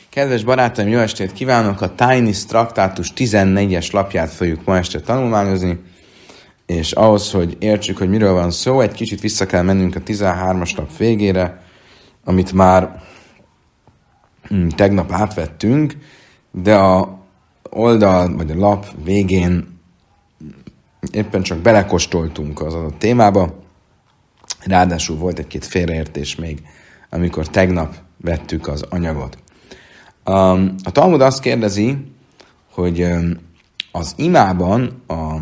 Kedves barátaim, jó estét kívánok! A Tainis traktátus 14-es lapját fogjuk ma este tanulmányozni, és ahhoz, hogy értsük, hogy miről van szó, egy kicsit vissza kell mennünk a 13-as lap végére, amit már tegnap átvettünk, de a oldal vagy a lap végén éppen csak belekostoltunk az adott témába, ráadásul volt egy-két félreértés még, amikor tegnap vettük az anyagot. A Talmud azt kérdezi, hogy az imában, a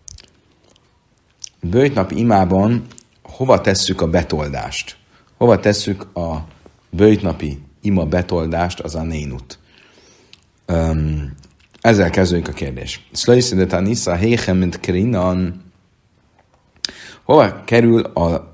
böjtnapi imában hova tesszük a betoldást? Hova tesszük a böjtnapi ima betoldást, az a nénut? Ezzel kezdődik a kérdés. Hova kerül a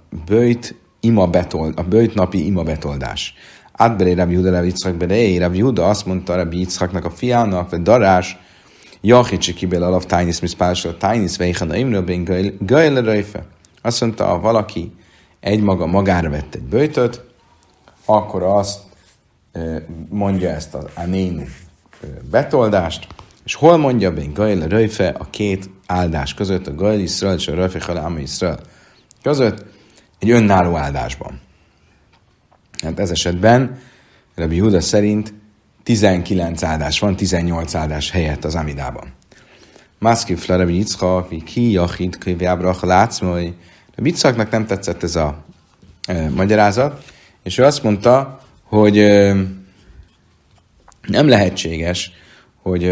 böjtnapi ima betoldás? Átbelé Rabbi Juda, Rabbi Yitzchak belé. Rabbi Juda azt mondta Rabbi Yitzchaknak a fiának, vagy darás, Jachicsi kibél alav tájnisz miszpálsal, tájnisz vejhan imrőbén gajle röjfe. Azt mondta, ha valaki magára vett egy böjtöt, akkor azt mondja ezt az anénu betoldást, és hol mondja bén gajle röjfe a két áldás között, a gajle Yisrael és a röjfe chalám Yisrael között, egy önálló áldásban. Hát ez esetben Rabbi Juda szerint 19 áldás van, 18 áldás helyett az Amidában. Maszkifla Rabbi Yitzchak, ki jachid könyvjábrach látszmai. Rabbi Yitzchaknak nem tetszett ez a magyarázat, és ő azt mondta, hogy nem lehetséges, hogy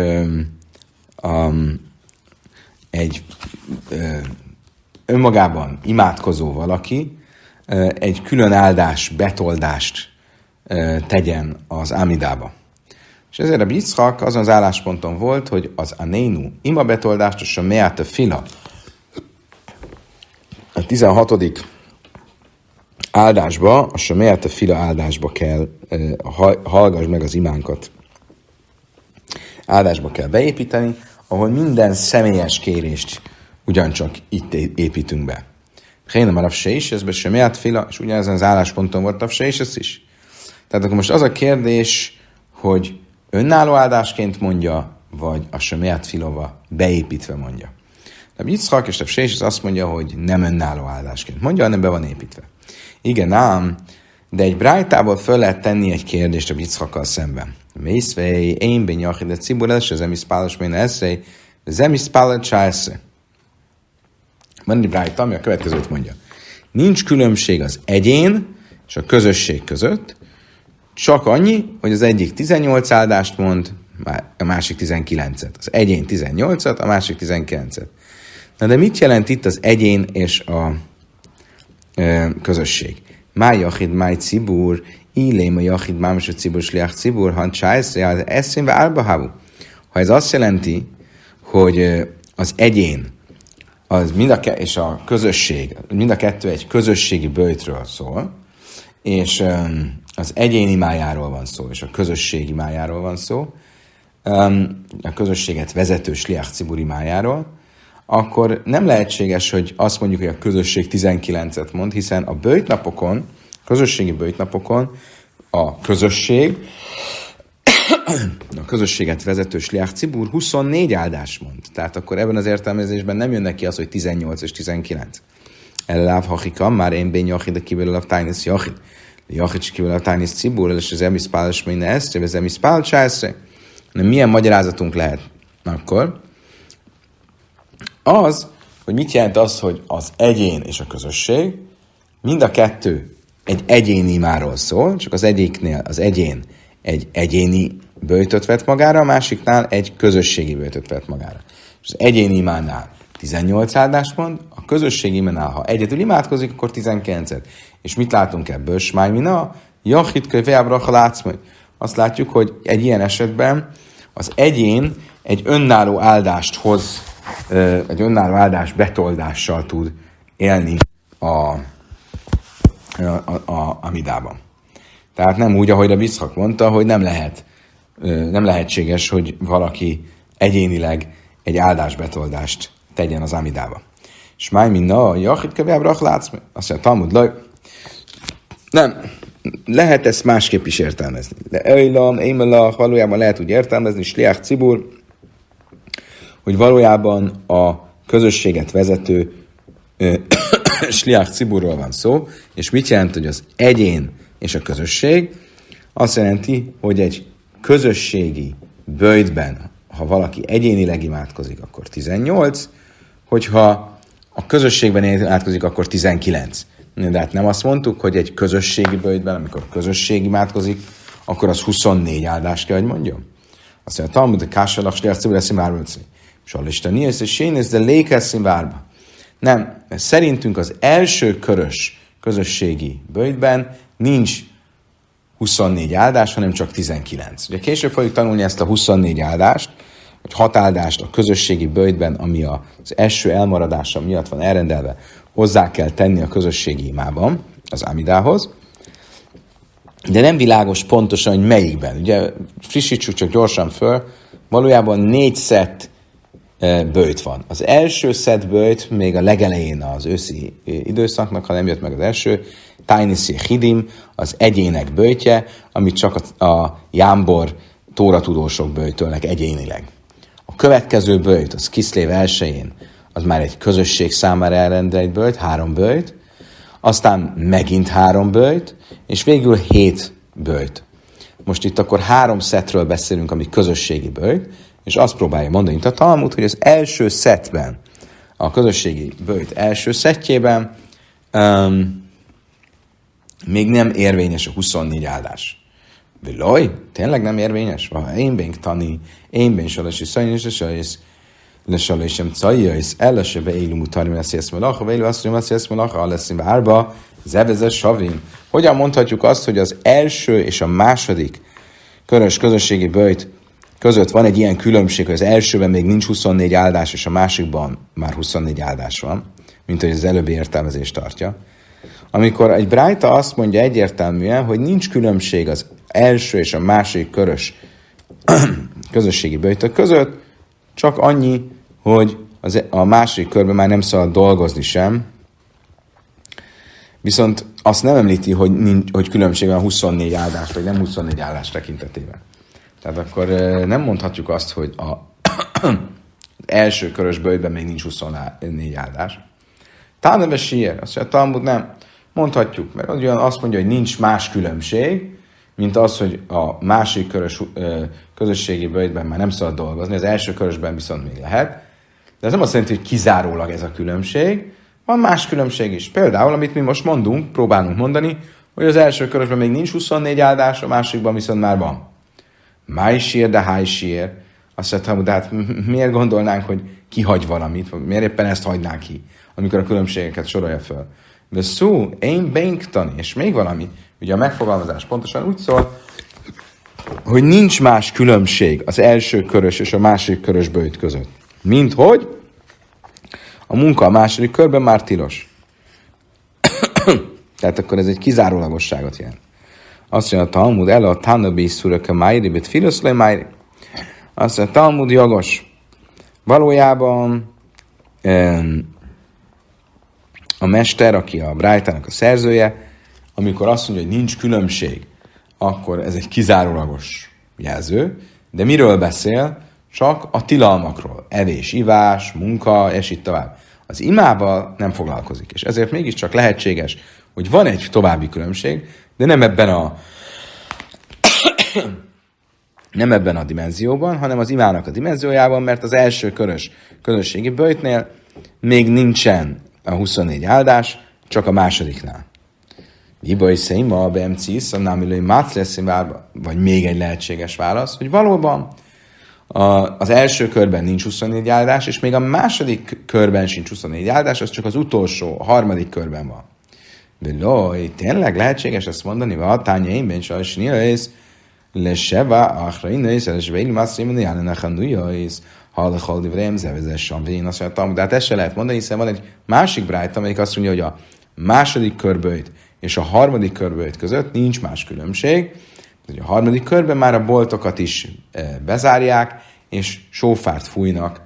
egy önmagában imádkozó valaki egy külön áldás, betoldást tegyen az Amidába. És ezért a Yitzchak azon az állásponton volt, hogy az anénu ima betoldást, és a meát fila, a 16. áldásba, a meát fila áldásba kell, hallgass meg az imánkat, áldásba kell beépíteni, ahol minden személyes kérést ugyancsak itt építünk be. Hénem a Ravsés, ez be Semeát fila, és ugyanezen az állásponton volt Ravsés is. Tehát akkor most az a kérdés, hogy önálló áldásként mondja, vagy a Semeát filova beépítve mondja. De Yitzchak és Ravsés azt mondja, hogy nem önálló áldásként mondja, hanem be van építve. Igen ám, de egy brájtából föl lehet tenni egy kérdést a Yitzchakkal szemben. Mészvei, én ben jachid a cibur els, az emiszpálos méne eszrei, az emiszpálat császre. Van egy brájta, ami a következőt mondja. Nincs különbség az egyén és a közösség között, csak annyi, hogy az egyik 18 áldást mond, a másik 19-et. Az egyén 18-at, a másik 19-et. Na de mit jelent itt az egyén és a közösség? Máj jachid, máj cibur, illém a jachid, mámos a cibur, sliach cibur, han csájszre, az eszénve álbahávu. Ha ez azt jelenti, hogy az egyén és a közösség, mind a kettő egy közösségi böjtről szól, és az egyéni imájáról van szó, és a közösségi imájáról van szó, a közösséget vezető sliach cibur imájáról, akkor nem lehetséges, hogy azt mondjuk, hogy a közösség 19-et mond, hiszen a böjtnapokon, közösségi böjtnapokon a közösséget vezető sliach cibur 24 áldás mond. Tehát akkor ebben az értelmezésben nem jön neki az, hogy 18 és 19. Elláv hachikam, már én bén jachid, a kiből a tájnisz jachid. Jachid is kiből a tájnisz cibur, és az emiszpálos méne esztre, az emiszpál császre. Milyen magyarázatunk lehet akkor? Az, hogy mit jelent az, hogy az egyén és a közösség, mind a kettő egy egyéni imáról szól, csak az egyiknél az egyén egy egyéni böjtöt vett magára, a másiknál egy közösségi böjtöt vett magára. És az egyéni imánál 18 áldást mond, a közösségi imánál, ha egyedül imádkozik, akkor 19-et. És mit látunk ebből? Smájmina, jachid köveábracha látszmai. Azt látjuk, hogy egy ilyen esetben az egyén egy önálló áldást hoz, egy önálló áldás betoldással tud élni a Amidában. Tehát nem úgy, ahogy a Yitzchak mondta, hogy nem lehetséges, hogy valaki egyénileg egy áldásbetoldást tegyen az Amidába. És máj minna, jachid köveábrach látsz, azt mondja, Talmud laj. Nem, lehet ezt másképp is értelmezni. De Öjlam, Émelach valójában lehet úgy értelmezni, Sliach Cibur, hogy valójában a közösséget vezető Sliach Ciburról van szó, és mit jelent, hogy az egyén és a közösség? Azt jelenti, hogy egy közösségi böjtben, ha valaki egyénileg imádkozik, akkor 18, hogyha a közösségben imádkozik, akkor 19. De hát nem azt mondtuk, hogy egy közösségi böjtben, amikor közösség imádkozik, akkor az 24 áldást kell, hogy mondjam. Azt mondja, Talmud, Kássalach, Sliach Cibur, eszim árvölcé. Salisten, Niesz és Sénész, de lékesszim várba. Nem, mert szerintünk az első körös közösségi böjtben nincs 24 áldás, hanem csak 19. Ugye később fogjuk tanulni ezt a 24 áldást, vagy 6 áldást a közösségi böjtben, ami az első elmaradása miatt van elrendelve, hozzá kell tenni a közösségi imában, az Amidához, de nem világos pontosan, hogy melyikben. Ugye frissítsük csak gyorsan föl, valójában 4 szett böjt van. Az első szett böjt még a legelején az őszi időszaknak, ha nem jött meg az első, Tájniszi Hidim, az egyének böjtje, amit csak a jámbor tóratudósok böjtölnek egyénileg. A következő böjt, az Kiszlév 1-én, az már egy közösség számára elrendelt böjt, 3 böjt, aztán megint 3 böjt, és végül 7 böjt. Most itt akkor 3 szettről beszélünk, ami közösségi böjt, és azt próbálja mondani itt a Talmud, hogy az első szettben, a közösségi böjt első szettjében még nem érvényes a 24 áldás. Vilaj, tényleg nem érvényes? Én bénk tani, én bénk salasi szajnés, lesalésem cajjaisz, ellese beélő mutarmi lesz eszmelacha, beélő azt mondja, lesz eszmelacha, aleszim várba, zevezes savim. Hogyan mondhatjuk azt, hogy az első és a második körös közösségi böjt között van egy ilyen különbség, hogy az elsőben még nincs 24 áldás, és a másikban már 24 áldás van, mint hogy az előbbi értelmezést tartja. Amikor egy brájta azt mondja egyértelműen, hogy nincs különbség az első és a második körös közösségi böjtök között, csak annyi, hogy a második körben már nem szabad dolgozni sem, viszont azt nem említi, hogy különbség van 24 áldás, vagy nem 24 áldás tekintetében. Tehát akkor nem mondhatjuk azt, hogy az első körös böjtben még nincs 24 áldás. Táneves sír, azt mondja, Talmud nem. Mondhatjuk, mert olyan azt mondja, hogy nincs más különbség, mint az, hogy a másik körös közösségi böjtben már nem szabad dolgozni, az első körösben viszont még lehet. De ez nem azt jelenti, hogy kizárólag ez a különbség, van más különbség is. Például, amit mi most mondunk, próbálunk mondani, hogy az első körösben még nincs 24 áldás, a másikban viszont már van. Májsír, de hájsír. Azt mondtam, de hát miért gondolnánk, hogy kihagy valamit, vagy miért éppen ezt hagynánk ki, amikor a különbségeket sorolja föl. De szó, én bénktani, és még valami, ugye a megfogalmazás pontosan úgy szól, hogy nincs más különbség az első körös és a második körös böjt között. Mint hogy a munka a második körben már tilos. Tehát akkor ez egy kizárólagosságot jelent. Azt mondja a Talmud, el a Tanabi szuröke májri, bet filoszlai májri. Azt mondja, Talmud jogos. Valójában a mester, aki a Brájtának a szerzője, amikor azt mondja, hogy nincs különbség, akkor ez egy kizárólagos jelző, de miről beszél? Csak a tilalmakról. Evés, ivás, munka, és így tovább. Az imával nem foglalkozik, és ezért mégiscsak lehetséges, hogy van egy további különbség, de nem ebben a dimenzióban, hanem az imának a dimenziójában, mert az első körös közösségi böjtnél még nincsen a 24 áldás, csak a másodiknál. Ibai Szeima, BMC, Szannámilői Mácleszimvárba, vagy még egy lehetséges válasz, hogy valóban az első körben nincs 24 áldás, és még a második körben sincs 24 áldás, az csak az utolsó, a harmadik körben van. De loj, tényleg lehetséges ezt mondani? Vatánya énben sajnos niaész, leseva, achrainősz, és végül már szémeni jelenek a nőjöjsz, hallachal divrém, zevezesen vén, azt mondtam, de hát ezt se lehet mondani, hiszen van egy másik brájt, amelyik azt mondja, hogy a második körböjt és a harmadik körböjt között nincs más különbség. A harmadik körben már a boltokat is bezárják, és sófárt fújnak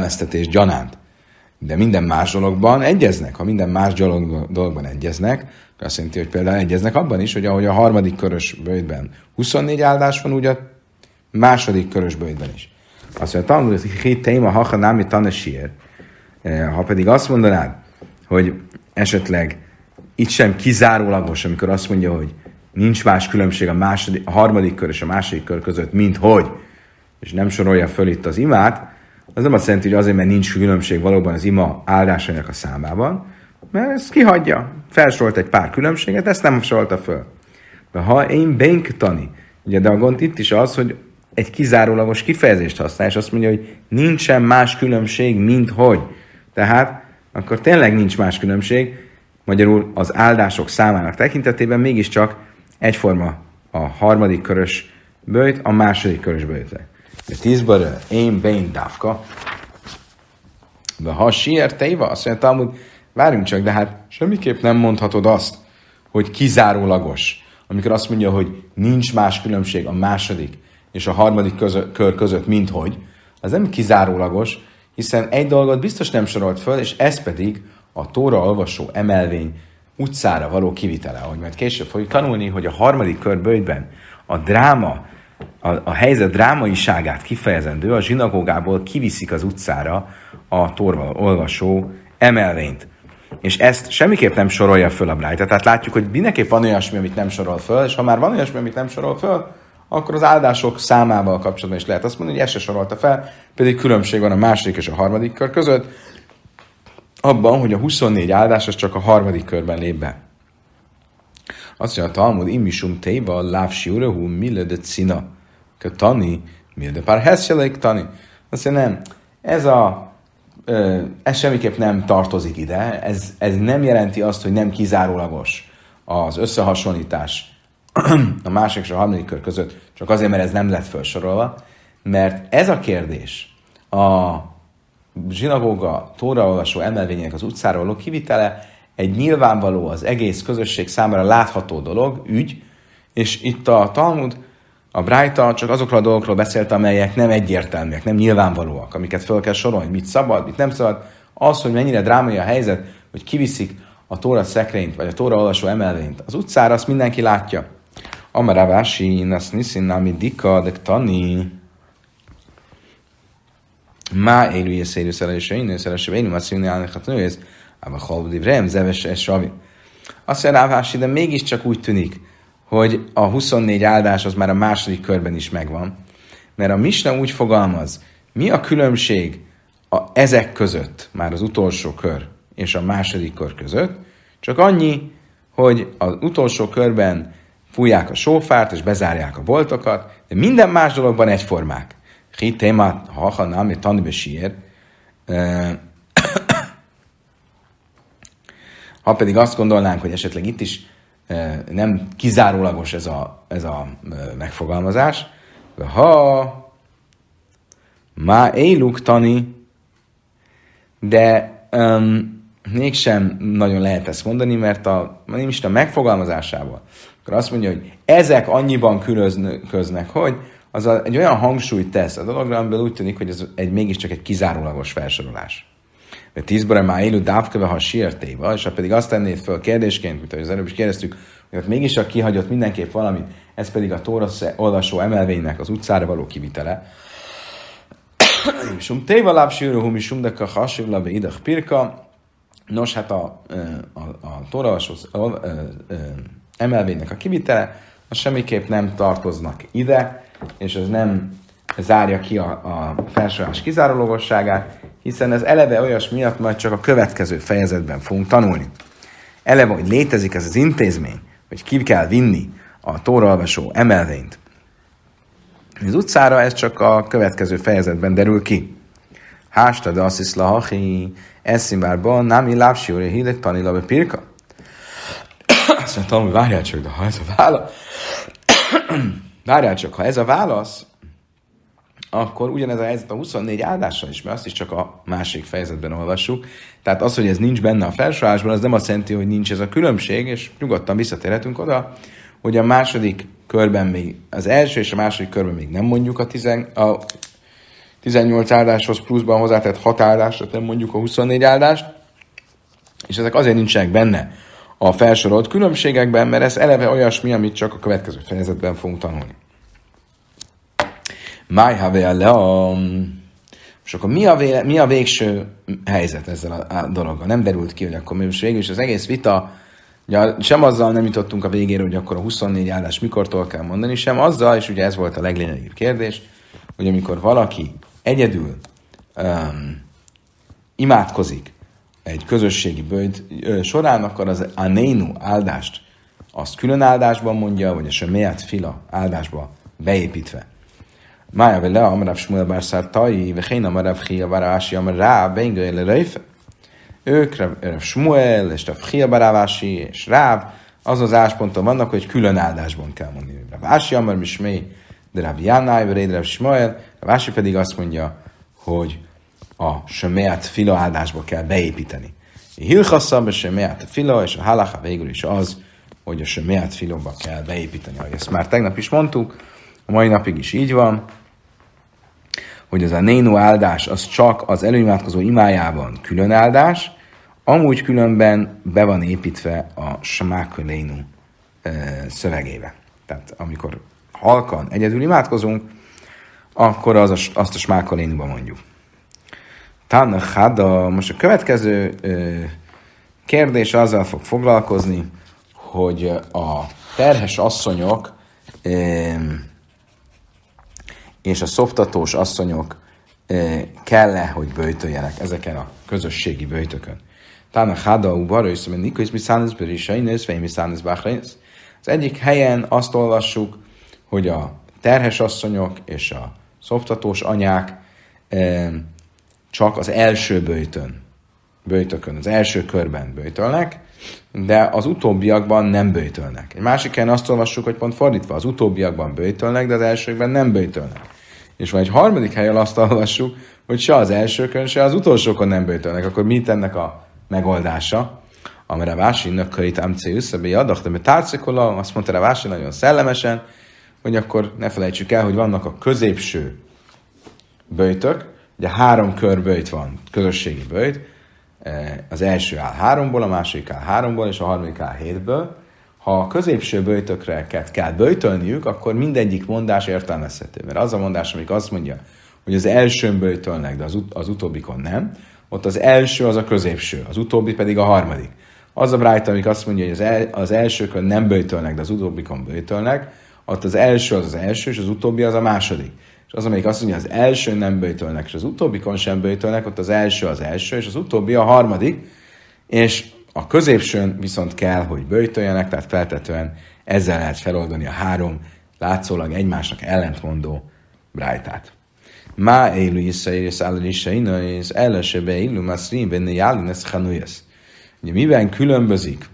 figyelmeztetés gyanánt. De minden más dologban egyeznek. Ha minden más dologban egyeznek, Azt jelenti, hogy például egyeznek abban is, hogy ahogy a harmadik körös böjtben 24 áldás van, úgy a második körös böjtben is. Azt mondja, tanul, hogy hét téma, ha námi tanesír. Ha pedig azt mondanád, hogy esetleg itt sem kizárólagos, amikor azt mondja, hogy nincs más különbség a harmadik kör és a második kör között, mint hogy, és nem sorolja föl itt az imát, az nem azt jelenti, hogy azért, mert nincs különbség valóban az ima áldásainak a számában, mert ezt kihagyja. Felsorolt egy pár különbséget, ezt nem sorolta föl. De ha én bénktani, ugye, de a gond itt is az, hogy egy kizárólagos kifejezést használ, és azt mondja, hogy nincsen más különbség, mint hogy. Tehát akkor tényleg nincs más különbség, magyarul az áldások számának tekintetében mégiscsak egyforma a harmadik körös böjt a második körös böjtre. De 10-ből én bén dávka, de ha sier teiva, azt mondja, Talmud, várjunk csak, de hát semmiképp nem mondhatod azt, hogy kizárólagos, amikor azt mondja, hogy nincs más különbség a második és a harmadik kör között, mint hogy, az nem kizárólagos, hiszen egy dolgot biztos nem sorolt föl, és ez pedig a Tóra olvasó emelvény utcára való kivitele. Ahogy majd később fogjuk tanulni, hogy a harmadik kör böjtben a dráma, a helyzet drámaiságát kifejezendő, a zsinagógából kiviszik az utcára a Tóra olvasó emelvényt. És ezt semmiképp nem sorolja föl a Brájta. Tehát látjuk, hogy mindenképp van olyasmi, amit nem sorol föl, és ha már van olyasmi, amit nem sorol föl, akkor az áldások számával kapcsolatban is lehet azt mondani, hogy ezt se sorolta fel, pedig különbség van a második és a harmadik kör között, abban, hogy a 24 áldás az csak a harmadik körben lép be. Azt mondja a Talmud, immisum téva, lávsi urehu, mille de cina, tani, mille de pár hesszelék tani. Azt mondja, nem, ez semmiképp nem tartozik ide, ez nem jelenti azt, hogy nem kizárólagos az összehasonlítás a második és a harmadik kör között, csak azért, mert ez nem lett felsorolva, mert ez a kérdés a zsinagóga Tóra olvasó emelvényének az utcára való kivitele egy nyilvánvaló, az egész közösség számára látható dolog, ügy, és itt a Talmud, a Brájta csak azokról a dolgokról beszélt, amelyek nem egyértelműek, nem nyilvánvalóak, amiket fel kell sorolni, mit szabad, mit nem szabad. Az, hogy mennyire drámai a helyzet, hogy kiviszik a Tóra szekrényt, vagy a Tóra olvasó emelvényt az utcára, azt mindenki látja. Amaravási, nasz niszin, nami dika, de tani. Má élője szérű szerelésre, innő szerelésre, én azt mondja, hogy hát nősz, ában halbudi vrem, zeves, és savi. Azt mondja, Rávási, de mégiscsak úgy tűnik, hogy a 24 áldás az már a második körben is megvan, mert a Misna úgy fogalmaz, mi a különbség ezek között, már az utolsó kör és a második kör között, csak annyi, hogy az utolsó körben fújják a sófárt és bezárják a boltokat, de minden más dologban egyformák. Hi témát, ha nem, tanulni sír. Ha pedig azt gondolnánk, hogy esetleg itt is nem kizárólagos ez a megfogalmazás, ha má éluk tani, de mégsem nagyon lehet ezt mondani, mert nem is a megfogalmazásával, akkor azt mondja, hogy ezek annyiban különböznek, hogy az egy olyan hangsúlyt tesz a dologra, amiből úgy tűnik, hogy ez mégiscsak egy kizárólagos felsorolás. De 10-ből már élő dávköve, ha sírtéva, és ha pedig azt tennéd föl kérdésként, mint ahogy az előbb is kérdeztük, hogy ott mégis a kihagyott mindenképp valamit, ez pedig a Tóra olvasó emelvénynek az utcára való kivitele. Sum téva láb síró, mi sum deka hasivla be idach pirka. Nos, hát a Tóra olvasó emelvénynek a kivitele, az semmiképp nem tartoznak ide, és ez nem zárja ki a felsorolás kizárólagosságát, hiszen ez eleve olyas miatt majd csak a következő fejezetben fogunk tanulni. Eleve, hogy létezik ez az intézmény, hogy ki kell vinni a Tóra olvasó emelvényt az utcára, ez csak a következő fejezetben derül ki. Hásta de azt hisz lahachi, eszimvárban nem illápsióra hideg tanilabe pirka. Azt mondtam, hogy várjál csak, de ha ez a válasz, ha ez a válasz, akkor ugyanez a helyzet a 24 áldással is, mert azt is csak a másik fejezetben olvassuk. Tehát az, hogy ez nincs benne a felsorolásban, az nem azt jelenti, hogy nincs ez a különbség, és nyugodtan visszatérhetünk oda, hogy a második körben még, az első és a második körben még nem mondjuk a 18 áldáshoz pluszban hozzátett 6 áldásra, nem mondjuk a 24 áldást, és ezek azért nincsenek benne a a felsorolt különbségekben, mert ez eleve olyasmi, amit csak a következő fejezetben fogunk tanulni. És akkor mi a végső helyzet ezzel a dologgal? Nem derült ki, hogy akkor most végül is az egész vita, ugye sem azzal nem jutottunk a végére, hogy akkor a 24 áldás mikortól kell mondani, sem azzal, és ugye ez volt a leglényegibb kérdés, hogy amikor valaki egyedül imádkozik egy közösségi böjt során, akkor az anénu áldást azt külön áldásban mondja, vagy a semeát fila áldásba beépítve. Mája vele, amarav Shmuel bar Szartai, vechén amarav Chia bar Avási, amar Ráb, Bengőle Röjfe. Ők, Rav Shmuel, és Rav Chia bar Avási, és Ráb, az állásponton vannak, hogy külön áldásban kell mondani. Rav Avási, amar Mismei, de Rav Jánáj, vagy Rav Shmuel, Rav Avási pedig azt mondja, hogy a semeát fila áldásba kell beépíteni. Hilchasszab, a semeát fila, és a halacha végül is az, hogy a semeát filóba kell beépíteni. Ahogy ezt már tegnap is mondtuk, a mai napig is így van, hogy az a nénu áldás az csak az előimádkozó imájában külön áldás, amúgy különben be van építve a smákölénu szövegébe. Tehát amikor halkan egyedül imádkozunk, akkor azt a smákölénuba mondjuk. Most a következő kérdés azzal fog foglalkozni, hogy a terhes asszonyok és a szoptatós asszonyok kell-e, hogy böjtöljenek ezeken a közösségi böjtökön. Az egyik helyen azt olvassuk, hogy a terhes asszonyok és a szoptatós anyák csak az első böjtökön, az első körben böjtölnek, de az utóbbiakban nem böjtölnek. Egy másik helyen azt olvassuk, hogy pont fordítva, az utóbbiakban böjtölnek, de az elsőkben nem böjtölnek. És van egy harmadik helyen azt olvassuk, hogy se az elsőkön, se az utolsókon nem böjtölnek. Akkor mit ennek a megoldása? Amire Vásinnak körít amcé összebe adach, de tárcikola, azt mondta Vási nagyon szellemesen, hogy akkor ne felejtsük el, hogy vannak a középső böjtök, ugye 3 kör böjt van, közösségi böjt, az első áll 3-ból, a második áll 3-ból, és a harmadik áll 7-ből. Ha a középső böjtökreket kell böjtölniük, akkor mindegyik mondás értelmezhető. Mert az a mondás, amik azt mondja, hogy az elsőn böjtölnek, de az utóbbikon nem, ott az első az a középső, az utóbbi pedig a harmadik. Az a brájta, amik azt mondja, hogy az elsőkön nem böjtölnek, de az utóbbikon böjtölnek, ott az első az első, és az utóbbi az a második. És az, amelyik azt mondja, hogy az elsőn nem böjtölnek, és az utóbbikon sem böjtölnek, ott az első, és az utóbbi a harmadik, és a középsőn viszont kell, hogy böjtöljenek, tehát feltetően ezzel lehet feloldani a 3 látszólag egymásnak ellentmondó brájtát. Má élu iszairis állalisaináis, ellesebe illu maszrin benne jálines chanujas. Ugye miben különbözik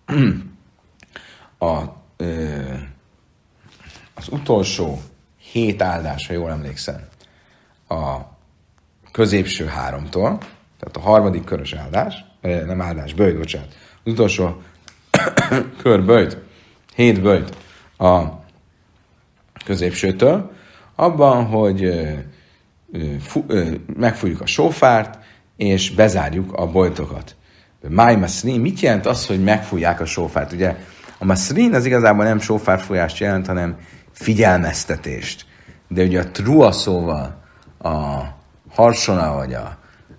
az utolsó 7 áldás, ha jól emlékszem, a középső 3-tól, tehát a harmadik körös áldás, nem áldás, böjt, bocsánat. Az utolsó kör böjt, 7 böjt a középsőtől, abban, hogy megfújjuk a sófárt, és bezárjuk a boltokat. Máj maszrin, mit jelent az, hogy megfújják a sófárt? Ugye a maszrin az igazából nem sófárfújást jelent, hanem figyelmeztetést. De ugye a trua szóval, a harsona vagy a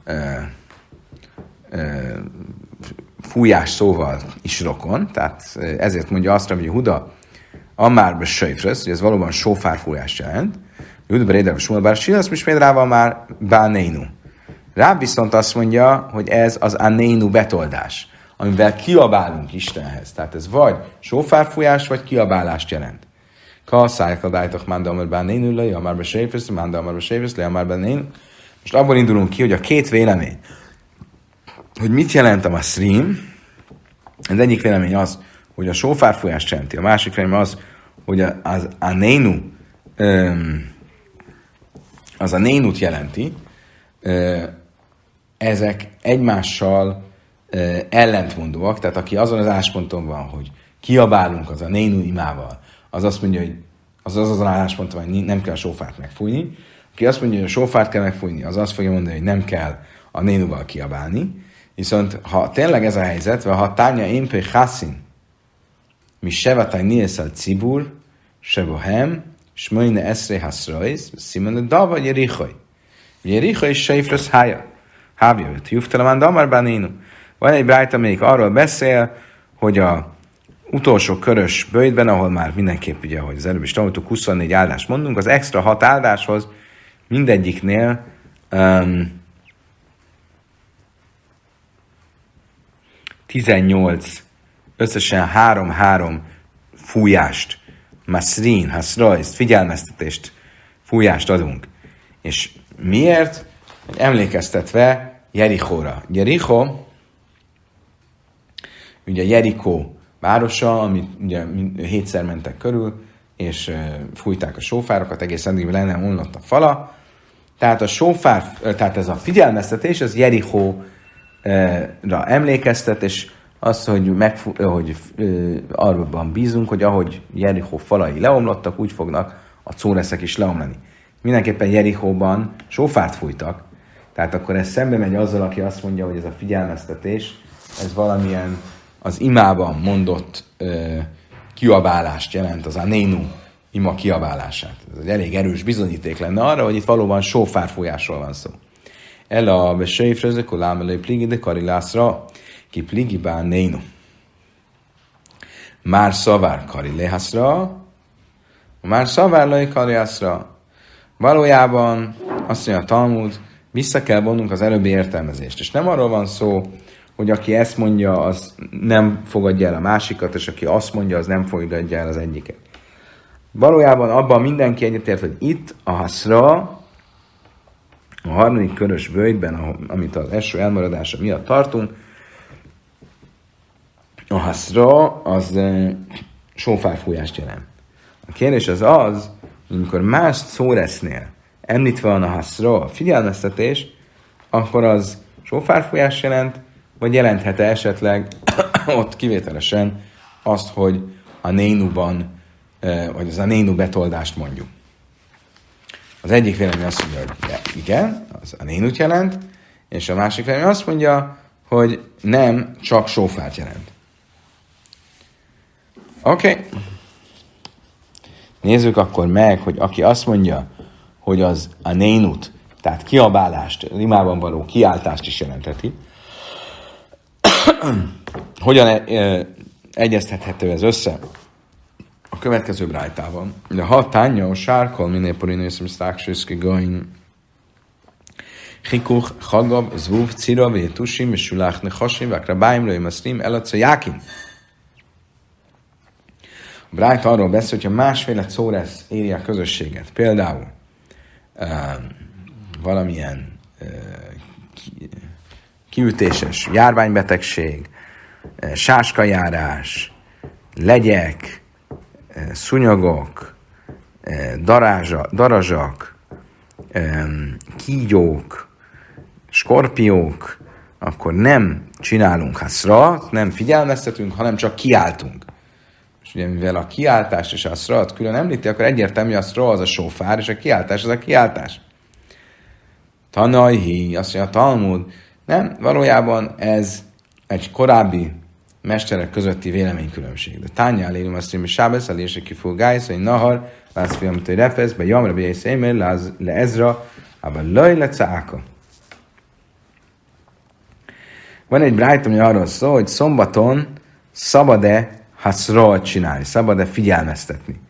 fújás szóval is rokon, tehát ezért mondja azt, hogy Huda Amárbe Söjfresz, hogy ez valóban sófárfújást jelent. Huda Beréder, Shmuel bár Silasz, most rá már Bánénu. Rá viszont azt mondja, hogy ez az anénu betoldás, amivel kiabálunk Istenhez. Tehát ez vagy sófárfújás, vagy kiabálást jelent. Kaszájkadájtok Mánda Bánénu le, Amárbe Söjfresz, Mánda Söjfresz le, Amárbe Bánénu. Most abból indulunk ki, hogy a 2 vélemény, hogy mit jelent a maszrim. Az egyik vélemény az, hogy a sófárfújást jelenti, a másik vélemény az, hogy az a nénut jelenti. Ezek egymással ellentmondóak, tehát aki azon az állásponton van, hogy kiabálunk az a nénu imával, az azt mondja, hogy az állásponton van, hogy nem kell a sófárt megfújni. Aki azt mondja, hogy a sófárt kell megfújni, az azt fogja mondani, hogy nem kell a nénuval kiabálni. Viszont ha tényleg ez a helyzet, vagy ha tánya émpő chaszin, mi sevataj nieszel cibur, sebohem, smojne eszre haszrajz, szimene dava jerichoj. Jerichoj sejfrösz hája. Hábjavit, juftalamán damar bánénu. Van egy brájt, amelyik arról beszél, hogy a utolsó körös böjtben, ahol már mindenképp, ugye, ahogy az előbb is tanultuk, 24 áldást mondunk, az extra 6 áldáshoz mindegyiknél 18, összesen 3-3 fújást, masrin, hasrajzt, figyelmeztetést, fújást adunk. És miért? Emlékeztetve Jerichóra. Jericho, ugye Jerikó városa, amit ugye 7-szer mentek körül, és fújták a sófárokat, egész addig le nem omlott a fala. Tehát a sófár, tehát ez a figyelmeztetés, az Jerichóra emlékeztet, és az, hogy arban bízunk, hogy ahogy Jerichó falai leomlottak, úgy fognak a córeszek is leomlani. Mindenképpen Jerichóban sófárt fújtak, tehát akkor ez szembe megy azzal, aki azt mondja, hogy ez a figyelmeztetés, ez valamilyen az imában mondott kiabálást jelent, az a nénu ima kiabálását. Ez egy elég erős bizonyíték lenne arra, hogy itt valóban sófárfújásról van szó. Ela besejfrezek, lámelői pligi de karilászra, ki pligi bá nénu. Már szavár kariléhászra, már szavár lői karilászra. Valójában azt mondja a Talmud, vissza kell vonnunk az előbbi értelmezést. És nem arról van szó, hogy aki ezt mondja, az nem fogadja el a másikat, és aki azt mondja, az nem fogadja el az egyiket. Valójában abban mindenki egyetért, hogy itt a haszra, a harmadik körös böjtben, amit az első elmaradása miatt tartunk, a haszra az sófárfújást jelent. A kérdés az, hogy amikor más szóresznél említve van a haszra, a figyelmeztetés, akkor az sófárfújást jelent, vagy jelenthet-e esetleg ott kivételesen azt, hogy a nénuban, vagy az a nénu betoldást mondjuk. Az egyik vélemény azt mondja, hogy igen, az a nénut jelent, és a másik vélemény azt mondja, hogy nem, csak sófárt jelent. Oké. Nézzük akkor meg, hogy aki azt mondja, hogy az a nénut, tehát kiabálást, rimában való kiáltást is jelentheti, hogyan egyeztethető ez össze a következő brájtában? De ha tánya, sárkol, minél porinőszem sztáksőszki gain, hikuch, hagab, zvuv, cira, vétusim, és suláchne hasim, vakrabáim, lőjmaszrim, eladsz a jákin. A brájt arról beszél, hogyha másféle szóresz éri a közösséget. Például valamilyen kiütéses járványbetegség, sáskajárás, legyek, szúnyogok, darazsak, kígyók, skorpiók, akkor nem csinálunk haszra, nem figyelmeztetünk, hanem csak kiáltunk. És ugye mivel a kiáltás és a haszrat külön említi, akkor egyértelmű, a haszra az a sófár, és a kiáltás az a kiáltás. Tanajhi, azt mondja a Talmud, nem, valójában ez egy korábbi mesterek közötti véleménykülönbség. De tányál élünk azt, hogy sábesz, elések ki fog gájsz, hogy nahar, lász fiam, hogy refesz, be jamra, be észémér, le ezra, abban laj le cáka. Van egy brájt, ami arról szól, hogy szombaton szabad-e haszra csinálni, szabad-e figyelmeztetni,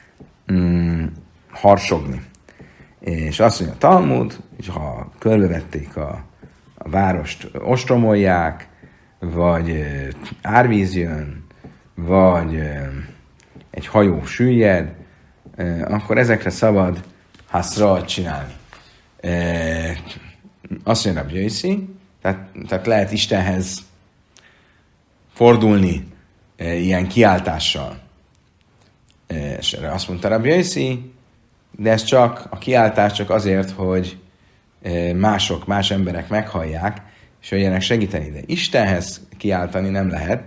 harsogni. És azt mondja a Talmud, hogy ha körbevették a várost, ostromolják, vagy árvíz jön, vagy egy hajó süllyed, akkor ezekre szabad haszra csinálni. Azt mondja Rabbi Yossi, tehát lehet Istenhez fordulni ilyen kiáltással. És erre azt mondta Rabbi Yossi, de ez csak, a kiáltás csak azért, hogy más emberek meghallják, és jöjjenek segíteni. De Istenhez kiáltani nem lehet.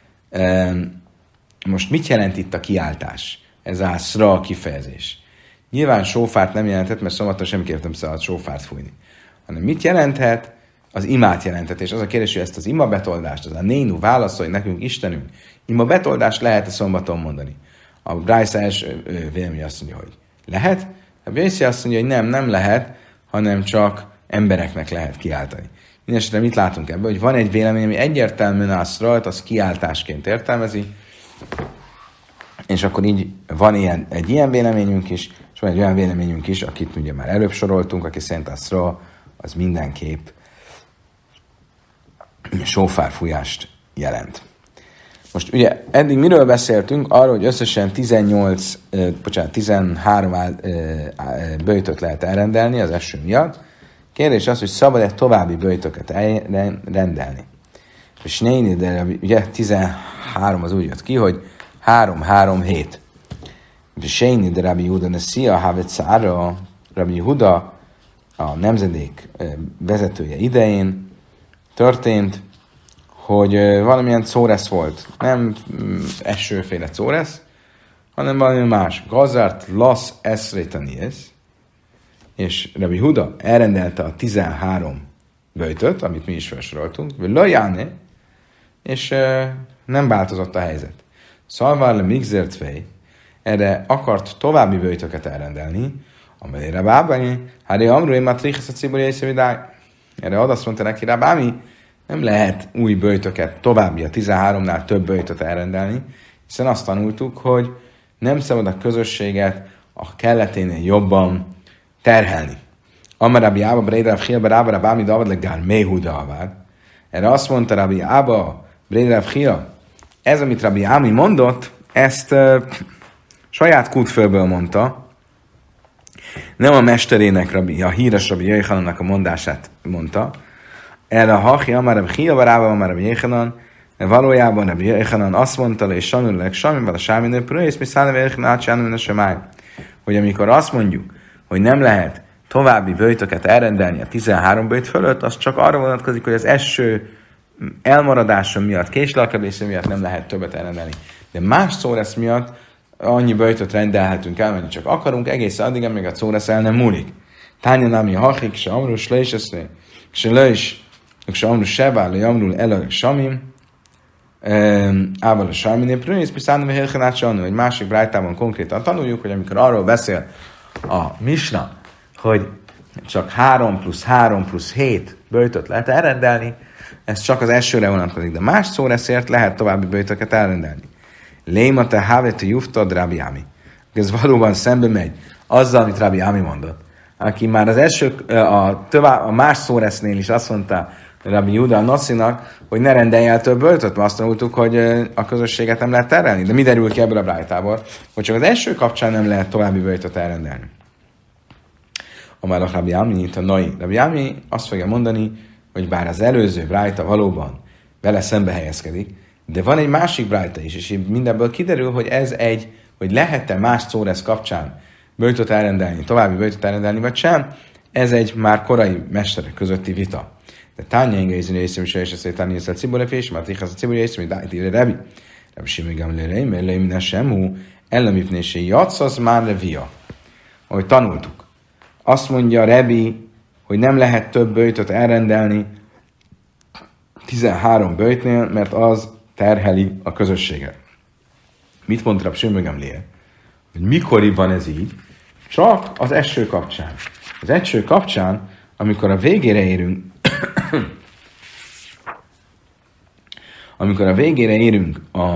Most mit jelent itt a kiáltás? Ez a szra kifejezés. Nyilván sófárt nem jelenthet, mert szombaton semmiképp nem szabad sófárt fújni. Hanem mit jelenthet? az imát jelentett. És az a kérdés, hogy ezt az ima betoldást, az a nénu válaszolj nekünk, Istenünk, ima betoldást lehet-e szombaton mondani? A Bryce első vélemény azt mondja, hogy lehet. A Bryce azt mondja, hogy nem lehet, hanem csak embereknek lehet kiáltani. Mindenesetre mit látunk ebből, hogy van egy vélemény, ami egyértelműen az kiáltásként értelmezi, és akkor így van egy ilyen véleményünk is, és van egy olyan véleményünk is, akit ugye már előbb soroltunk, aki szerint az mindenképp sófárfújást jelent. Most ugye eddig miről beszéltünk? Arról, hogy összesen 13 böjtöt lehet elrendelni az eső miatt. Kérdés az, hogy szabad-e további böjtöket rendelni. És néni, de ugye 13 az úgy jött ki, hogy 3-3-7. És Séni, de Rabbi Yehuda Neszia, Havetszára, Rabbi Yehuda, a nemzedék vezetője idején történt, hogy valamilyen córesz volt. Nem esőféle córesz, hanem valami más. Gazart las esretanies, és Rabbi Yehuda elrendelte a 13 böjtöt, amit mi is felsoroltunk, Lajáne, és nem változott a helyzet. Szalvár le migzert fej, erre akart további böjtöket elrendelni, amelyre Rabábani, hát amrú én matrichesz a cibori észrevidály. Erre azt mondta neki, Rabámi, nem lehet új böjtöket, további a 13-nál több böjtöt elrendelni, hiszen azt tanultuk, hogy nem szabad a közösséget a kelleténél jobban terhelni. Amar Rabbi Ába, Brédráv Chia, Rába, Rabámi, Davad, Legdár, Méhuda avád. Erre azt mondta Rabbi Ába, Brédráv Chia, ez, amit Rabbi Ámi mondott, ezt saját kútfőből mondta, nem a mesterének, a híres Rabbi Jéhanannak a mondását mondta. Erre a Hachi, Amar Rabbi Chia, Rába, Amar Rabbi Jéhanan, valójában Rabbi Jéhanan azt mondta, és Samuelek, Samuel, a Sáminő, Prőész, mi szállna Jéhanan átsállna, hogy amikor azt mondjuk, hogy nem lehet további böjtöket elrendelni a 13 böjt fölött, az csak arra vonatkozik, hogy az eső elmaradása miatt, késlelkedése miatt nem lehet többet elrendelni. De más szóresz miatt annyi böjtöt rendelhetünk el, mert csak akarunk, egészen addig, amíg a szóresz el nem múlik. Tányan, ami hachik, se amrus, le is eszné, se le is, se amrus sevá, le amrul el samim, ával a sáminé prőnész, piszánom a helyenát sajnálni, hogy másik brájtában konkrétan tanuljuk, hogy amikor arról beszél a Misna, hogy csak 3 + 3 + 7 böjtöt lehet elrendelni, ez csak az esőre vonatkozik, de más szóreszért lehet további böjtöket elrendelni. Léma te havete juftad Rabbi Ami. Ez valóban szembe megy azzal, amit Rabbi Ami mondott. Aki már az első, a más szóresznél is azt mondta Rabbi Yehuda a Nocinak, hogy ne rendelj el több böjtöt, mert azt tanultuk, hogy a közösséget nem lehet terelni. De mi derül ki ebből a brájtából? Hogy csak az első kapcsán nem lehet további böjtöt elrendelni. Amár a Rabbi Ami, itt a Nai. Rabbi Ami azt fogja mondani, hogy bár az előző brájta valóban vele szembe helyezkedik, de van egy másik brájta is, és mindenből kiderül, hogy hogy lehet-e más szóresz kapcsán böjtöt elrendelni, további böjtöt elrendelni, vagy sem, ez egy már korai mesterek közötti vita. De Tánya ingézni részem is, és ezt Tánya a ciborefé, és már tichasz a cibor részem, hogy dájt ide Rebi. Rebi simigam lérei, mert leimne semú, ellemipnésé jatszasz már levia. Ahogy tanultuk. Azt mondja Rebi, hogy nem lehet több böjtöt elrendelni 13 böjtnél, mert az terheli a közösséget. Mit mond Rab Shimon Gamliel? Hogy mikoriban ez így? Csak az eső kapcsán. Az eső kapcsán, amikor a végére érünk, a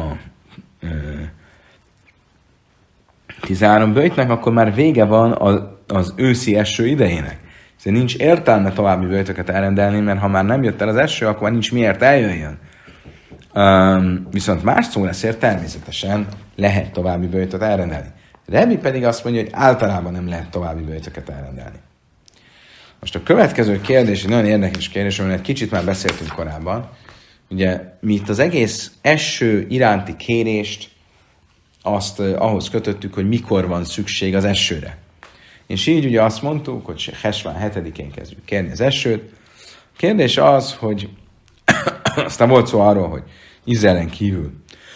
13 böjtnek, akkor már vége van az őszi eső idejének. Szóval nincs értelme további böjtöket elrendelni, mert ha már nem jött el az eső, akkor már nincs miért eljöjjön. Viszont más szóreszért természetesen lehet további böjtöt elrendelni. Rebi pedig azt mondja, hogy általában nem lehet további böjtöket elrendelni. Most a következő kérdés, egy nagyon érdekes kérdés, amiről egy kicsit már beszéltünk korábban. Ugye mi itt az egész eső iránti kérést azt ahhoz kötöttük, hogy mikor van szükség az esőre. És így ugye azt mondtuk, hogy Hesván 7-én kezdjük kérni az esőt. A kérdés az, hogy aztán volt szó arról, hogy Izraelen kívül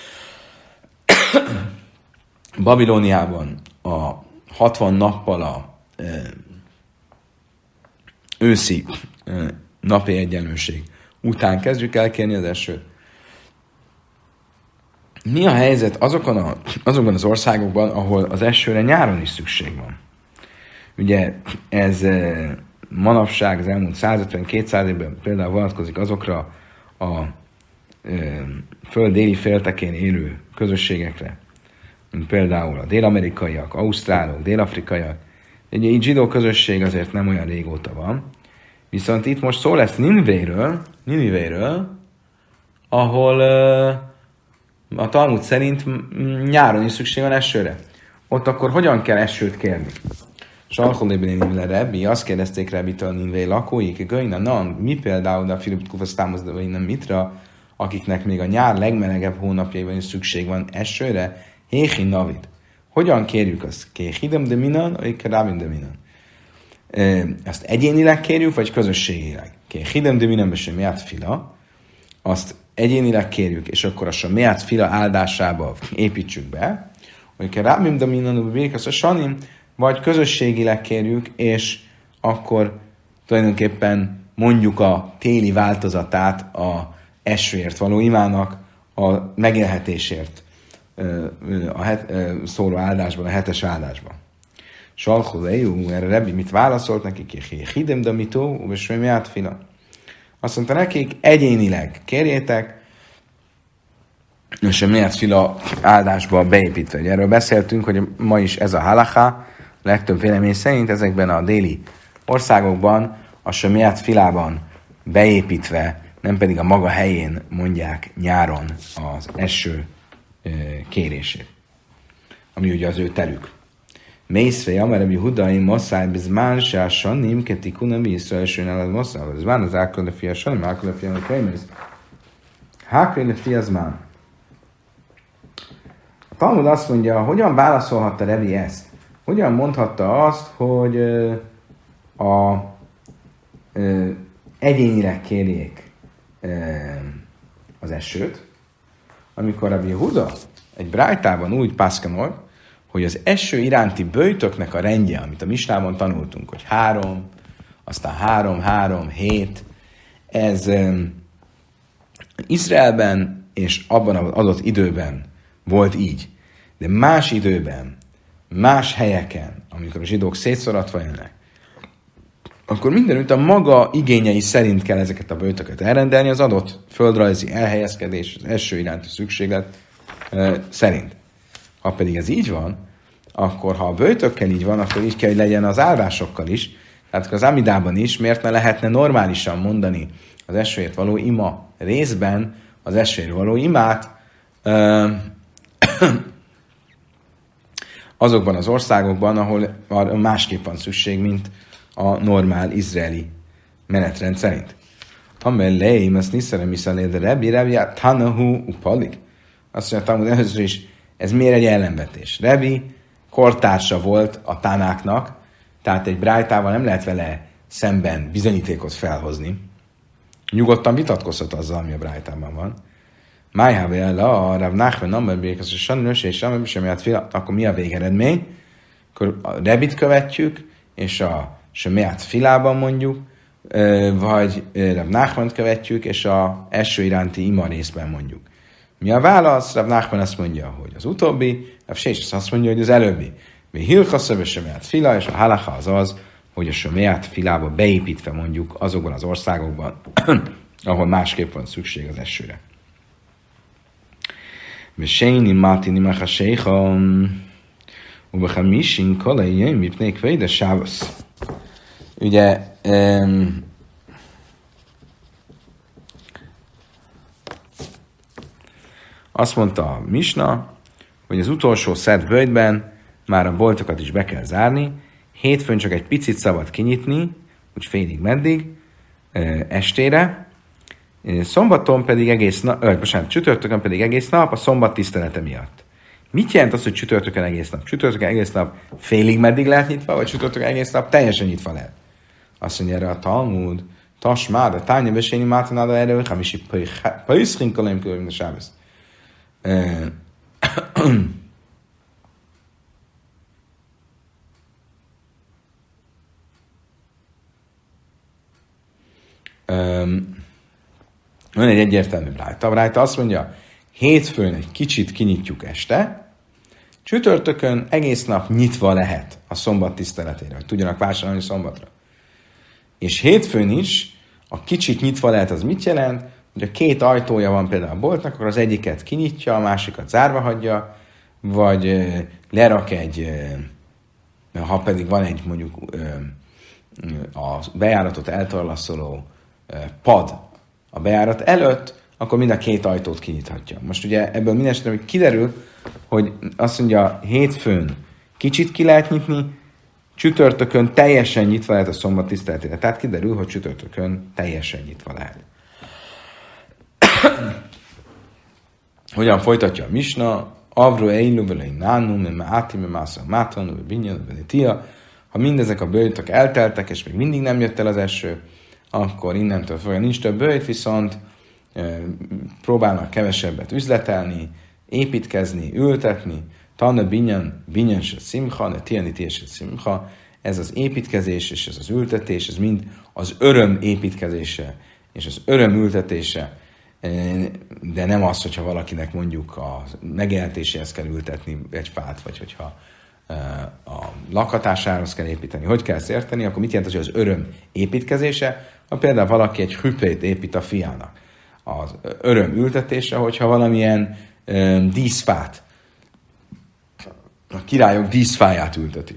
Babilóniában a 60 nappal a őszi napi egyenlőség után kezdjük el kérni az esőt. Mi a helyzet azokban az országokban, ahol az esőre nyáron is szükség van? Ugye ez manapság az elmúlt 150-200 évben például vonatkozik azokra a föld déli féltekén élő közösségekre, mint például a dél-amerikaiak, ausztrálok, dél-afrikaiak. Ugye így zsidó közösség azért nem olyan régóta van. Viszont itt most szó lesz Ninivéről, ahol a Talmud szerint nyáron is szükség van esőre. Ott akkor hogyan kell esőt kérni? Salcholébén Rebbi, azt kérdezték Rebbitől Ninivé lakóik, mi például a Filip Kufasztámozdavai nem mitra, akiknek még a nyár legmelegebb hónapjaiban is szükség van esőre, Héhi Navid. Hogyan kérjük azt? Kéhidem de minan, vagy kerávin de minan? Ezt egyénileg kérjük, vagy közösségileg? Kéhidem de minan, és miát fila. Azt egyénileg kérjük, és akkor a miát fila áldásába építsük be, hogy kerávin de minan, vagy közösségileg kérjük, és akkor tulajdonképpen mondjuk a téli változatát a esőért való imának a megélhetésért szóló áldásban, a 7-es áldásban. Salcholejú, erre Rebbi mit válaszolt nekik? Hidem damitó, és mi átfila. Azt mondta nekik, egyénileg kérjétek, és a miátfila áldásba beépítve. Erről beszéltünk, hogy ma is ez a halacha, legtöbb vélemény szerint ezekben a déli országokban a semiát filában beépítve, nem pedig a maga helyén mondják nyáron az eső kérését, ami ugye az ő terük. Mészfej, amerebi hudai masszáj bizmán se a sannim, ketikuna vízra esőn elad masszáj, az bán az ákölde fia sannim, ákölde fia a krémész. Hákölde fia az már. A Talmud azt mondja, hogyan válaszolhatta Rebi ezt? Hogyan mondhatta azt, hogy egyénileg kérjék az esőt, amikor Rabbi Yehuda egy brájtában úgy pászkanol, hogy az eső iránti böjtöknek a rendje, amit a Misnában tanultunk, hogy 3, aztán 3, 7, ez Izraelben és abban az adott időben volt így, de más időben, más helyeken, amikor a zsidók szétszoratva jönnek, akkor mindenütt a maga igényei szerint kell ezeket a böjtöket elrendelni az adott földrajzi elhelyezkedés, az eső iránti szükséglet szerint. Ha pedig ez így van, akkor ha a böjtökkel így van, akkor így kell, hogy legyen az áldásokkal is. Tehát az Amidában is, miért ne lehetne normálisan mondani az esőért való ima részben az esőért való imát azokban az országokban, ahol másképp van szükség, mint a normál izraeli menetrend szerint. Amelleim, ezt niszerem is de Rebi, tanahu upalik. Azt mondja, Talmud először is, ez miért egy ellenvetés? Rebi kortársa volt a tanáknak, tehát egy brájtával nem lehet vele szemben bizonyítékot felhozni. Nyugodtan vitatkozhat azzal, ami a brájtában van. Májhávé el a Rav Nachman, amelyik és sajnos, és amelyik akkor mi a végeredmény? Akkor a Rebit követjük, és a Semeát filában mondjuk, vagy Rav Nachmant követjük, és a eső iránti ima részben mondjuk. Mi a válasz? Rav Nachman azt mondja, hogy az utóbbi, Rav Sés azt mondja, hogy az előbbi. Mi hilchasszöv, és Semeát fila, és a halacha az, hogy a Semeát filába beépítve mondjuk azokban az országokban, ahol másképp van szükség az esőre. Séni Mátini Machaséha, Ubachamishin Kalai, Mipnék Véde Sávasz. Ugye, azt mondta a Misna, hogy az utolsó szed böjtben már a boltokat is be kell zárni, hétfőn csak egy picit szabad kinyitni, úgy félig meddig, estére, szombaton pedig egész nap, csütörtökön pedig egész nap a szombat tisztelete miatt. Mit jelent az, hogy csütörtökön egész nap? Csütörtökön egész nap félig meddig lehet nyitva, vagy csütörtökön egész nap teljesen nyitva lehet? Azt mondja erre a Talmud, Tasmád, a Tánya Beséni Mátanáda erre, hogy Hamisi Paiszrinkalém különböző a Sábesz. Van egy egyértelmű brájta. A brájta azt mondja, hétfőn egy kicsit kinyitjuk este, csütörtökön egész nap nyitva lehet a szombat tiszteletére, hogy tudjanak vásárolni szombatra. És hétfőn is a kicsit nyitva lehet, az mit jelent? Hogy a két ajtója van például a boltnak, akkor az egyiket kinyitja, a másikat zárva hagyja, vagy lerak egy, ha pedig van egy mondjuk a bejáratot eltorlaszoló pad a bejárat előtt, akkor mind a két ajtót kinyithatja. Most ugye ebből mindenesetre kiderül, hogy azt mondja, hétfőn kicsit ki lehet nyitni, csütörtökön teljesen nyitva lehet a szombat tiszteletére. Tehát kiderül, hogy csütörtökön teljesen nyitva lehet. Hogyan folytatja a misna? Avro eilu velein nánum, me áti, me másza mátan, me binyan, me tia. Ha mindezek a bőjtök elteltek, és még mindig nem jött el az eső, akkor innentől fogja nincs több bőjt, viszont próbálnak kevesebbet üzletelni, építkezni, ültetni. Tanna binyan se szimcha, ne tianiti se szimcha. Ez az építkezés és ez az ültetés, ez mind az öröm építkezése és az öröm ültetése, de nem az, hogyha valakinek mondjuk a megélhetéséhez kell ültetni egy fát, vagy hogyha a lakhatásához kell építeni. Hogy kell ezt érteni? Akkor mit jelent, hogy az öröm építkezése? Ha például valaki egy hüplét épít a fiának. Az öröm ültetése, hogyha valamilyen díszfát, a királyok díszfáját ülteti.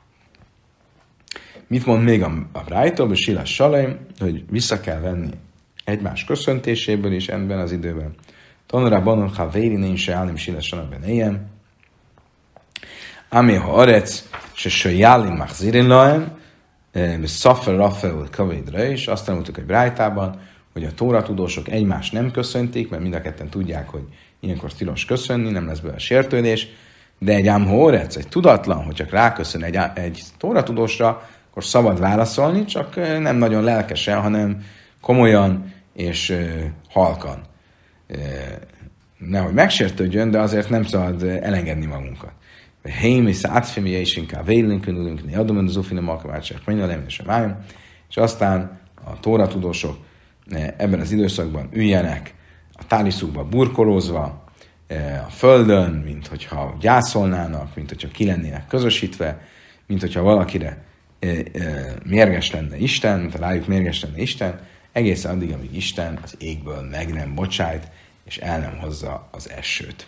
Mit mond még a Brájtól, a Silas Salaim, hogy vissza kell venni egymás köszöntéséből is ebben az időben. Tanulra banon ha vérinén se állim Silas Salaim benéjem, ami ha arec, se söjálim machzirin laem, szaffer raffel kavédra is, azt tanultuk egy Brájtában, hogy a tóratudósok egymást nem köszöntik, mert mind a ketten tudják, hogy ilyenkor tilos köszönni, nem lesz belőle sértődés, de egy ámhórec, egy tudatlan, hogy csak ráköszön egy tóratudósra, akkor szabad válaszolni, csak nem nagyon lelkesen, hanem komolyan és halkan. Nehogy megsértődjön, de azért nem szabad elengedni magunkat. Hémisz átfémje is inkább vélinkünk, ne adom, az ufine malkavárcsák, mennyelem és a májom, és aztán a tóratudósok ebben az időszakban üljenek a táliszukba burkolózva, a földön, mint hogyha gyászolnának, mint hogyha ki lennének közösítve, mint hogyha valakire mérges lenne Isten, mint ha rájuk mérges lenne Isten, egészen addig, amíg Isten az égből meg nem bocsájt, és el nem hozza az esőt.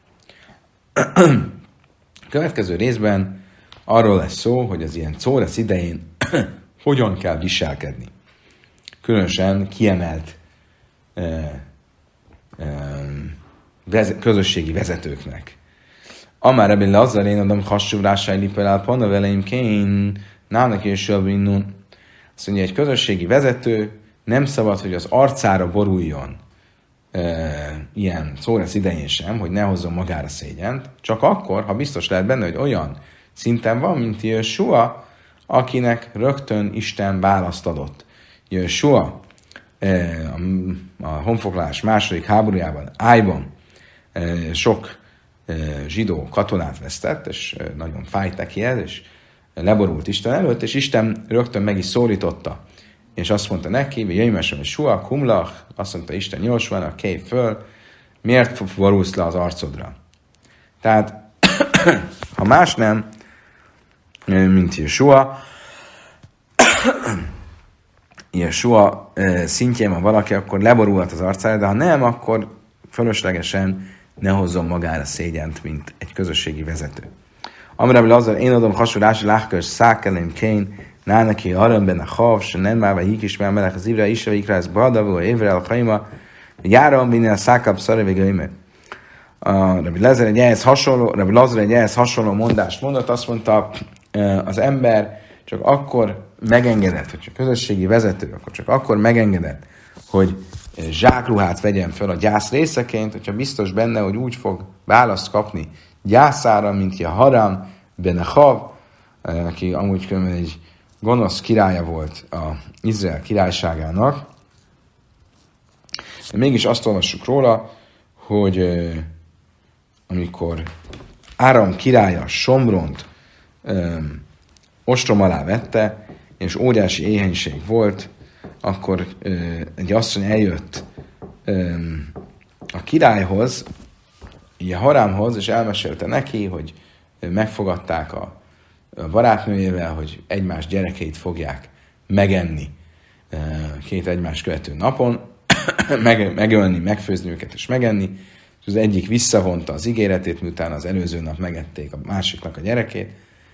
A következő részben arról lesz szó, hogy az ilyen córesz idején hogyan kell viselkedni. Különösen kiemelt közösségi vezetőknek. Amár ebben Lazar én adom hassúvrásai lipelál panna veleim kén, nának és jövőinnun. Azt mondja, egy közösségi vezető nem szabad, hogy az arcára boruljon ilyen szóresz idején sem, hogy ne hozzon magára szégyent, csak akkor, ha biztos lehet benne, hogy olyan szinten van, mint Jösua, akinek rögtön Isten választ adott. Jösua a honfoglalás második háborújában, Ájban sok zsidó katonát vesztett, és nagyon fájt neki ez, és leborult Isten előtt, és Isten rögtön meg is szólította, és azt mondta neki, jöjjmesem, és Sua, kumlach, azt mondta Isten Jósuának, kelj föl, miért borulsz le az arcodra? Tehát, ha más nem, mint Jesua, szintjén van valaki, akkor leborulhat az arcára, de ha nem, akkor fölöslegesen ne hozzon magára szégyent, mint egy közösségi vezető. Amire Lazar, én adom hasonlási láhkös szákelém kén, nánaki aranyben a hav, se nem már, vagy hík is már melek az ivre, isra, ikra, ez badavó, évre, a haima, járom, minél a szákább szarevégőimet. Rabbi Lazar egy ehhez hasonló mondást mondott, azt mondta, az ember csak akkor megengedett, hogyha közösségi vezető, akkor csak akkor megengedett, hogy zsákruhát vegyen fel a gyász részeként, hogyha biztos benne, hogy úgy fog választ kapni gyászára, mint ki a Haram ben Achav, aki amúgy különben egy gonosz királya volt az Izrael királyságának. De mégis azt olvassuk róla, hogy amikor Áram királya Somront ostrom alá vette, és óriási éhénység volt, akkor egy asszony eljött a királyhoz, a Harámhoz, és elmesélte neki, hogy megfogadták a barátnőjével, hogy egymás gyerekeit fogják megenni 2 egymás követő napon, megölni, megfőzni őket és megenni, és az egyik visszavonta az ígéretét, miután az előző nap megették a másiknak a gyerekét,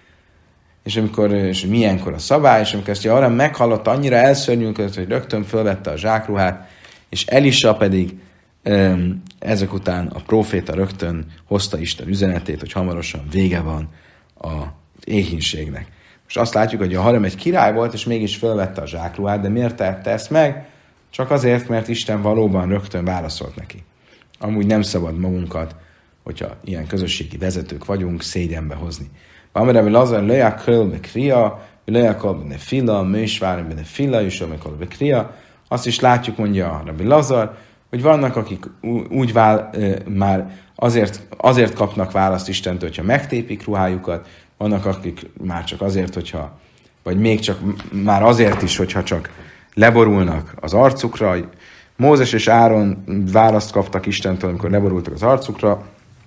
és milyenkor a szabály, és amikor ezt arra meghallotta, annyira elszörnyűködött, hogy rögtön fölvette a zsákruhát, és Elisa pedig ezek után a próféta rögtön hozta Isten üzenetét, hogy hamarosan vége van az éhínségnek. Most azt látjuk, hogy a harem egy király volt, és mégis fölvette a zsákruhát, de miért tette ezt meg? Csak azért, mert Isten valóban rögtön válaszolt neki. Amúgy nem szabad magunkat, hogyha ilyen közösségi vezetők vagyunk, szégyenbe hozni. Amire Lazar lejakol bekria, lejakol benne fila, mősváron benne fila, és amikor bekria. Azt is látjuk, mondja Rabbi Lazar, hogy vannak, akik úgy már azért kapnak választ Istentől, hogyha megtépik ruhájukat, vannak, akik már csak azért, vagy még csak már azért is, hogyha csak leborulnak az arcukra. Mózes és Áron választ kaptak Istentől, amikor leborultak az arcukra.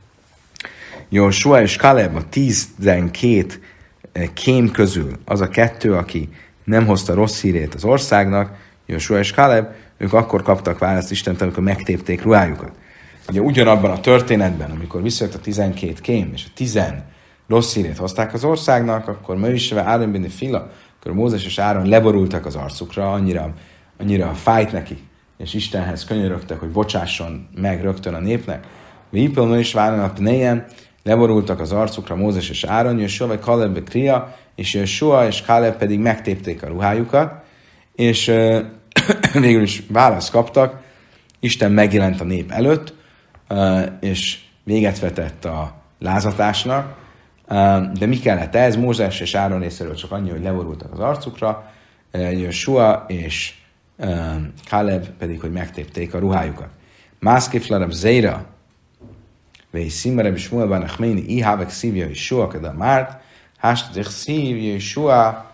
Jósua és Kaleb a 12 kém közül az a 2, aki nem hozta rossz hírét az országnak, Jósua és Kaleb, ők akkor kaptak választ Istentől, amikor megtépték ruhájukat. Ugye ugyanabban a történetben, amikor visszajött a 12 kém, és a 10 rossz hírét hozták az országnak, akkor Mősve Áron benne fila, akkor Mózes és Áron leborultak az arcukra, annyira fájt nekik, és Istenhez könyörögtek, hogy bocsásson meg rögtön a népnek. Vipel Mősve Áron a pnejen, leborultak az arcukra Mózes és Áron, Jósua vagy Kaleb bekria, és Jósua és Kaleb pedig megtépték a ruhájukat, és végül is választ kaptak, Isten megjelent a nép előtt, és véget vetett a lázatásnak, de mi kellett ez? Mózes és Áron részéről csak annyi, hogy leborultak az arcukra, Jósua és Kaleb pedig, hogy megtépték a ruhájukat. Mászkif larab zeira, vei szimmereb is múlva nachméni ihávek szívja Jósua kada márt, hástadich szívja Jósua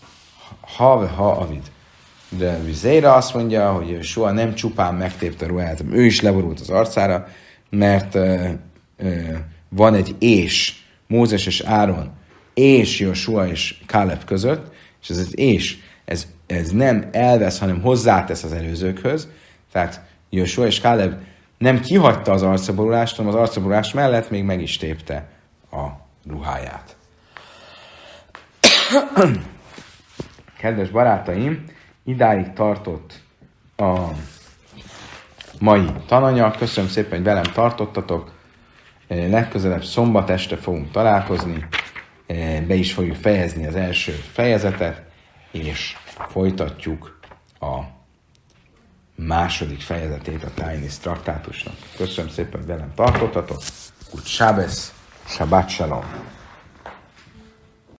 ha avid. De Zeira azt mondja, hogy Jósua nem csupán megtépte a ruháját, ő is leborult az arcára, mert van egy és Mózes és Áron, és Jósua és Káleb között, és ez az és, ez nem elvesz, hanem hozzátesz az előzőkhöz, tehát Jósua és Káleb nem kihagyta az arcaborulást, hanem az arcaborulás mellett még meg is tépte a ruháját. Kedves barátaim, idáig tartott a mai tananya. Köszönöm szépen, hogy velem tartottatok. Legközelebb szombat este fogunk találkozni. Be is fogjuk fejezni az első fejezetet, és folytatjuk a második fejezetét a Tainis traktátusnak. Köszönöm szépen, hogy velem tartottatok. Gut Shabbos, Shabbat Shalom.